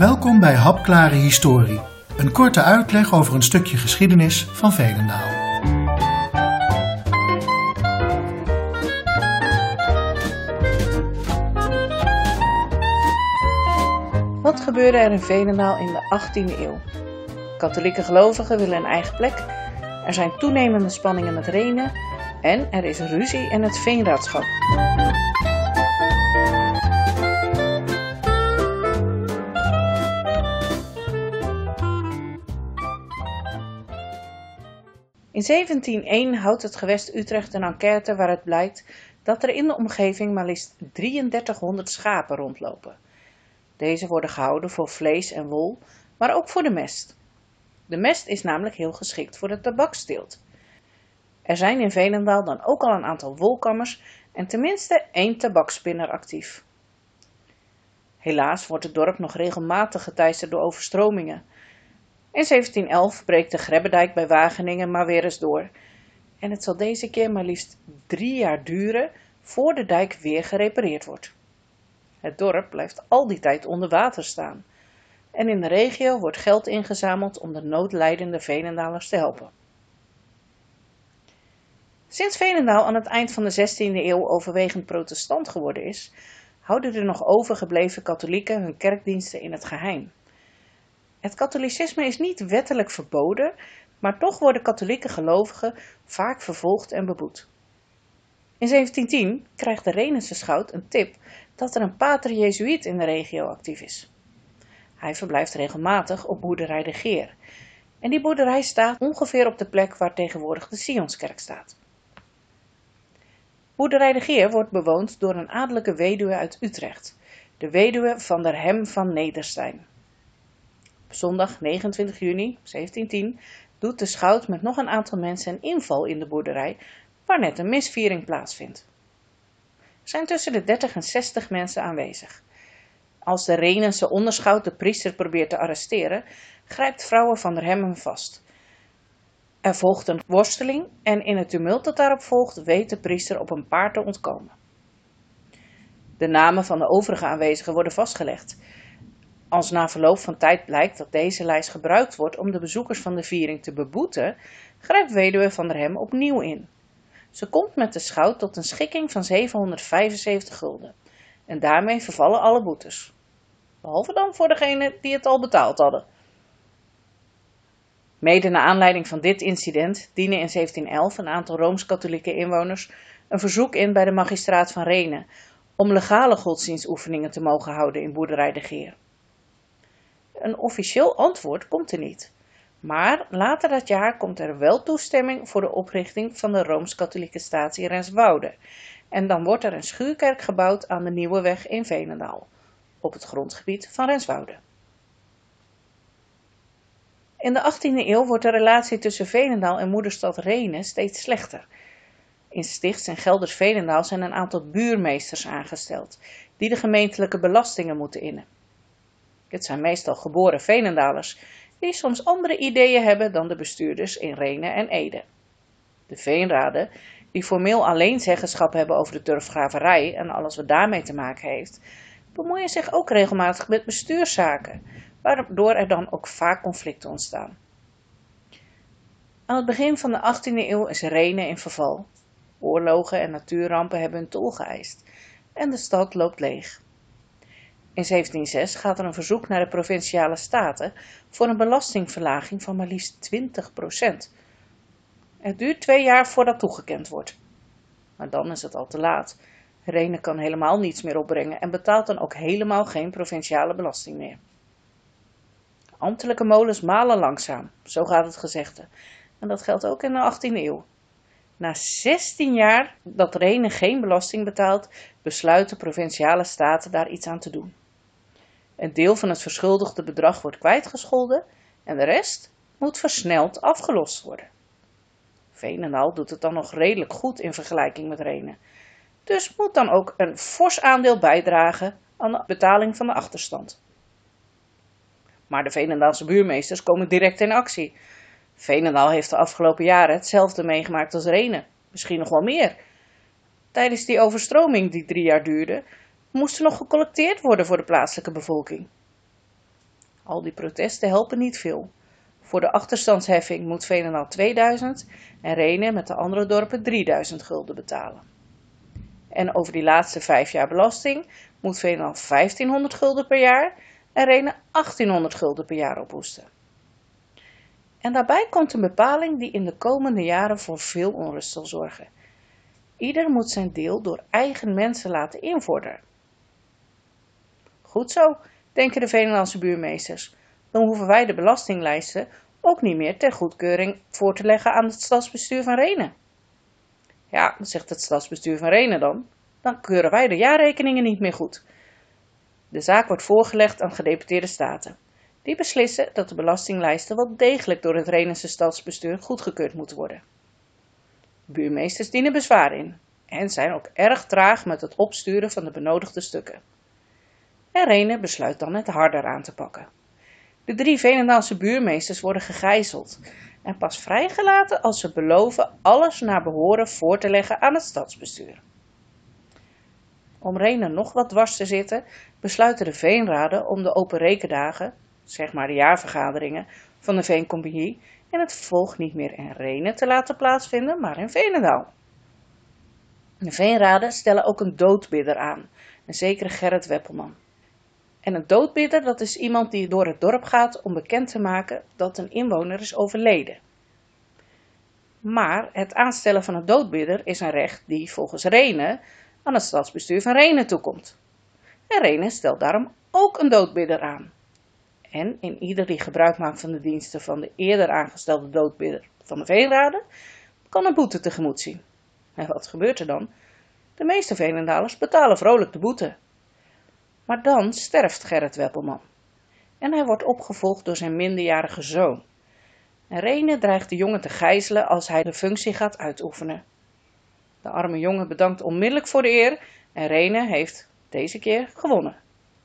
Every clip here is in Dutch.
Welkom bij Hapklare Historie, een korte uitleg over een stukje geschiedenis van Veenendaal. Wat gebeurde er in Veenendaal in de 18e eeuw? Katholieke gelovigen willen een eigen plek, er zijn toenemende spanningen met Rhenen en er is ruzie in het veenraadschap. In 1701 houdt het gewest Utrecht een enquête waaruit blijkt dat er in de omgeving maar liefst 3300 schapen rondlopen. Deze worden gehouden voor vlees en wol, maar ook voor de mest. De mest is namelijk heel geschikt voor de tabaksteelt. Er zijn in Veenendaal dan ook al een aantal wolkammers en tenminste 1 tabakspinner actief. Helaas wordt het dorp nog regelmatig geteisterd door overstromingen. In 1711 breekt de Grebbedijk bij Wageningen maar weer eens door. En het zal deze keer maar liefst 3 jaar duren voor de dijk weer gerepareerd wordt. Het dorp blijft al die tijd onder water staan. En in de regio wordt geld ingezameld om de noodlijdende Veenendalers te helpen. Sinds Veenendaal aan het eind van de 16e eeuw overwegend protestant geworden is, houden de nog overgebleven katholieken hun kerkdiensten in het geheim. Het katholicisme is niet wettelijk verboden, maar toch worden katholieke gelovigen vaak vervolgd en beboet. In 1710 krijgt de Rhenense schout een tip dat er een pater jezuïet in de regio actief is. Hij verblijft regelmatig op boerderij de Geer. En die boerderij staat ongeveer op de plek waar tegenwoordig de Sionskerk staat. Boerderij de Geer wordt bewoond door een adellijke weduwe uit Utrecht, de weduwe van der Hem van Nederstein. Op zondag 29 juni 1710 doet de schout met nog een aantal mensen een inval in de boerderij, waar net een misviering plaatsvindt. Er zijn tussen de 30 en 60 mensen aanwezig. Als de Rhenense onderschout de priester probeert te arresteren, grijpt vrouwe van der Hem hem vast. Er volgt een worsteling en in het tumult dat daarop volgt weet de priester op een paard te ontkomen. De namen van de overige aanwezigen worden vastgelegd. Als na verloop van tijd blijkt dat deze lijst gebruikt wordt om de bezoekers van de viering te beboeten, grijpt weduwe van der Hem opnieuw in. Ze komt met de schout tot een schikking van 775 gulden. En daarmee vervallen alle boetes. Behalve dan voor degenen die het al betaald hadden. Mede naar aanleiding van dit incident dienen in 1711 een aantal Rooms-Katholieke inwoners een verzoek in bij de magistraat van Rhenen om legale godsdienstoefeningen te mogen houden in boerderij de Geer. Een officieel antwoord komt er niet, maar later dat jaar komt er wel toestemming voor de oprichting van de Rooms-Katholieke statie Renswoude en dan wordt er een schuurkerk gebouwd aan de Nieuwe Weg in Veenendaal, op het grondgebied van Renswoude. In de 18e eeuw wordt de relatie tussen Veenendaal en moederstad Rhenen steeds slechter. In Stichts en Gelders Veenendaal zijn een aantal buurmeesters aangesteld, die de gemeentelijke belastingen moeten innen. Het zijn meestal geboren Veenendalers, die soms andere ideeën hebben dan de bestuurders in Rhenen en Ede. De veenraden, die formeel alleen zeggenschap hebben over de turfgraverij en alles wat daarmee te maken heeft, bemoeien zich ook regelmatig met bestuurszaken, waardoor er dan ook vaak conflicten ontstaan. Aan het begin van de 18e eeuw is Rhenen in verval. Oorlogen en natuurrampen hebben hun tol geëist en de stad loopt leeg. In 1706 gaat er een verzoek naar de Provinciale Staten voor een belastingverlaging van maar liefst 20%. Het duurt 2 jaar voordat toegekend wordt. Maar dan is het al te laat. Rhenen kan helemaal niets meer opbrengen en betaalt dan ook helemaal geen provinciale belasting meer. Ambtelijke molens malen langzaam, zo gaat het gezegde. En dat geldt ook in de 18e eeuw. Na 16 jaar dat Rhenen geen belasting betaalt, besluiten provinciale staten daar iets aan te doen. Een deel van het verschuldigde bedrag wordt kwijtgescholden en de rest moet versneld afgelost worden. Veenendaal doet het dan nog redelijk goed in vergelijking met Rhenen. Dus moet dan ook een fors aandeel bijdragen aan de betaling van de achterstand. Maar de Veenendaalse buurmeesters komen direct in actie. Veenendaal heeft de afgelopen jaren hetzelfde meegemaakt als Rhenen, misschien nog wel meer. Tijdens die overstroming die 3 jaar duurde, moest er nog gecollecteerd worden voor de plaatselijke bevolking. Al die protesten helpen niet veel. Voor de achterstandsheffing moet Veenendaal 2000 en Rhenen met de andere dorpen 3000 gulden betalen. En over die laatste 5 jaar belasting moet Veenendaal 1500 gulden per jaar en Rhenen 1800 gulden per jaar ophoesten. En daarbij komt een bepaling die in de komende jaren voor veel onrust zal zorgen. Ieder moet zijn deel door eigen mensen laten invorderen. Goed zo, denken de Veenendaalse buurmeesters. Dan hoeven wij de belastinglijsten ook niet meer ter goedkeuring voor te leggen aan het stadsbestuur van Rhenen. Ja, zegt het stadsbestuur van Rhenen dan keuren wij de jaarrekeningen niet meer goed. De zaak wordt voorgelegd aan gedeputeerde staten. Die beslissen dat de belastinglijsten wel degelijk door het Rhenense stadsbestuur goedgekeurd moeten worden. Buurmeesters dienen bezwaar in en zijn ook erg traag met het opsturen van de benodigde stukken. En Rhenen besluit dan het harder aan te pakken. De 3 Veenendaalse buurmeesters worden gegijzeld en pas vrijgelaten als ze beloven alles naar behoren voor te leggen aan het stadsbestuur. Om Rhenen nog wat dwars te zitten, besluiten de veenraden om de open rekendagen, zeg maar de jaarvergaderingen van de Veencompagnie, in het vervolg niet meer in Rhenen te laten plaatsvinden, maar in Veenendaal. De veenraden stellen ook een doodbidder aan, een zekere Gerrit Weppelman. En een doodbidder, dat is iemand die door het dorp gaat om bekend te maken dat een inwoner is overleden. Maar het aanstellen van een doodbidder is een recht die volgens Rhenen aan het stadsbestuur van Rhenen toekomt. En Rhenen stelt daarom ook een doodbidder aan. En in ieder die gebruik maakt van de diensten van de eerder aangestelde doodbidder van de veenraden, kan een boete tegemoet zien. En wat gebeurt er dan? De meeste Veenendalers betalen vrolijk de boete. Maar dan sterft Gerrit Weppelman. En hij wordt opgevolgd door zijn minderjarige zoon. En Rhenen dreigt de jongen te gijzelen als hij de functie gaat uitoefenen. De arme jongen bedankt onmiddellijk voor de eer en Rhenen heeft deze keer gewonnen.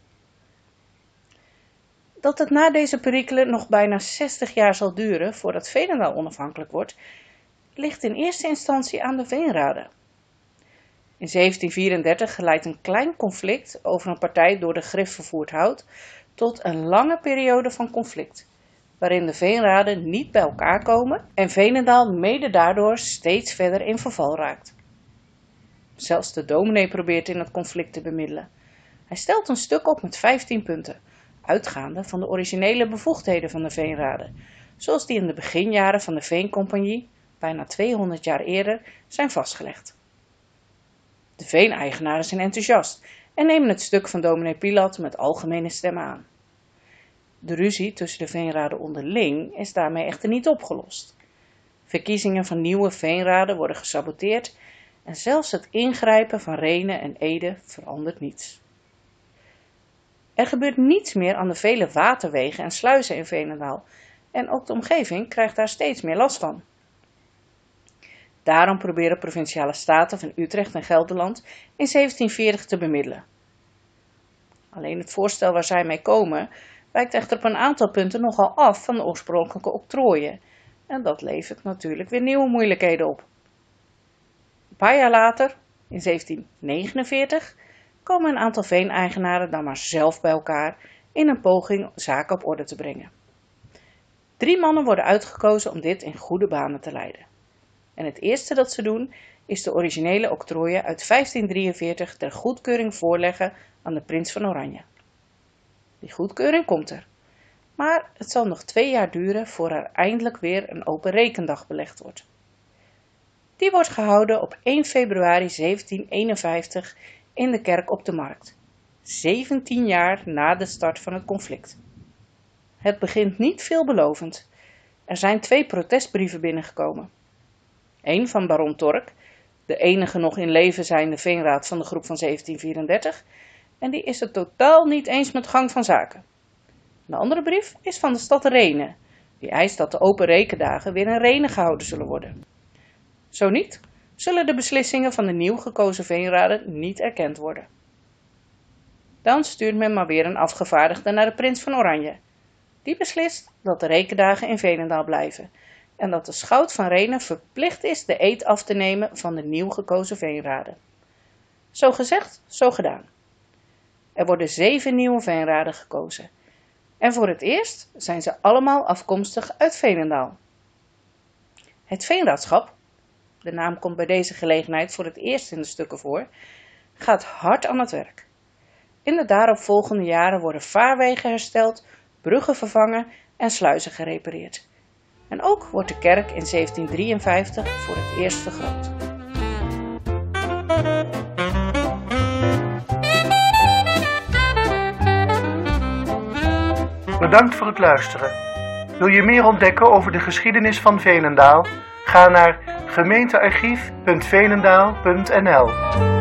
Dat het na deze perikelen nog bijna 60 jaar zal duren voordat Veenendaal onafhankelijk wordt, ligt in eerste instantie aan de veenraden. In 1734 leidt een klein conflict over een partij door de Grift vervoerd hout tot een lange periode van conflict, waarin de veenraden niet bij elkaar komen en Veenendaal mede daardoor steeds verder in verval raakt. Zelfs de dominee probeert in het conflict te bemiddelen. Hij stelt een stuk op met 15 punten, uitgaande van de originele bevoegdheden van de veenraden, zoals die in de beginjaren van de Veencompagnie, bijna 200 jaar eerder, zijn vastgelegd. De veeneigenaren zijn enthousiast en nemen het stuk van dominee Pilat met algemene stemmen aan. De ruzie tussen de veenraden onderling is daarmee echter niet opgelost. Verkiezingen van nieuwe veenraden worden gesaboteerd en zelfs het ingrijpen van Rhenen en Ede verandert niets. Er gebeurt niets meer aan de vele waterwegen en sluizen in Veenendaal en ook de omgeving krijgt daar steeds meer last van. Daarom proberen provinciale staten van Utrecht en Gelderland in 1740 te bemiddelen. Alleen het voorstel waar zij mee komen wijkt echter op een aantal punten nogal af van de oorspronkelijke octrooien en dat levert natuurlijk weer nieuwe moeilijkheden op. Een paar jaar later, in 1749, komen een aantal veeneigenaren dan maar zelf bij elkaar in een poging zaken op orde te brengen. 3 mannen worden uitgekozen om dit in goede banen te leiden. En het eerste dat ze doen is de originele octrooien uit 1543 ter goedkeuring voorleggen aan de prins van Oranje. Die goedkeuring komt er, maar het zal nog 2 jaar duren voor er eindelijk weer een open rekendag belegd wordt. Die wordt gehouden op 1 februari 1751 in de kerk op de Markt, 17 jaar na de start van het conflict. Het begint niet veelbelovend. Er zijn 2 protestbrieven binnengekomen. Eén van baron Torck, de enige nog in leven zijnde veenraad van de groep van 1734, en die is het totaal niet eens met gang van zaken. De andere brief is van de stad Rhenen, die eist dat de open rekendagen weer in Rhenen gehouden zullen worden. Zo niet, zullen de beslissingen van de nieuw gekozen veenraden niet erkend worden. Dan stuurt men maar weer een afgevaardigde naar de prins van Oranje. Die beslist dat de rekendagen in Veenendaal blijven en dat de schout van Rhenen verplicht is de eed af te nemen van de nieuw gekozen veenraden. Zo gezegd, zo gedaan. Er worden 7 nieuwe veenraden gekozen. En voor het eerst zijn ze allemaal afkomstig uit Veenendaal. Het Veenraadschap, de naam komt bij deze gelegenheid voor het eerst in de stukken voor, gaat hard aan het werk. In de daaropvolgende jaren worden vaarwegen hersteld, bruggen vervangen en sluizen gerepareerd. En ook wordt de kerk in 1753 voor het eerst vergroot. Bedankt voor het luisteren. Wil je meer ontdekken over de geschiedenis van Veenendaal? Ga naar gemeentearchief.veenendaal.nl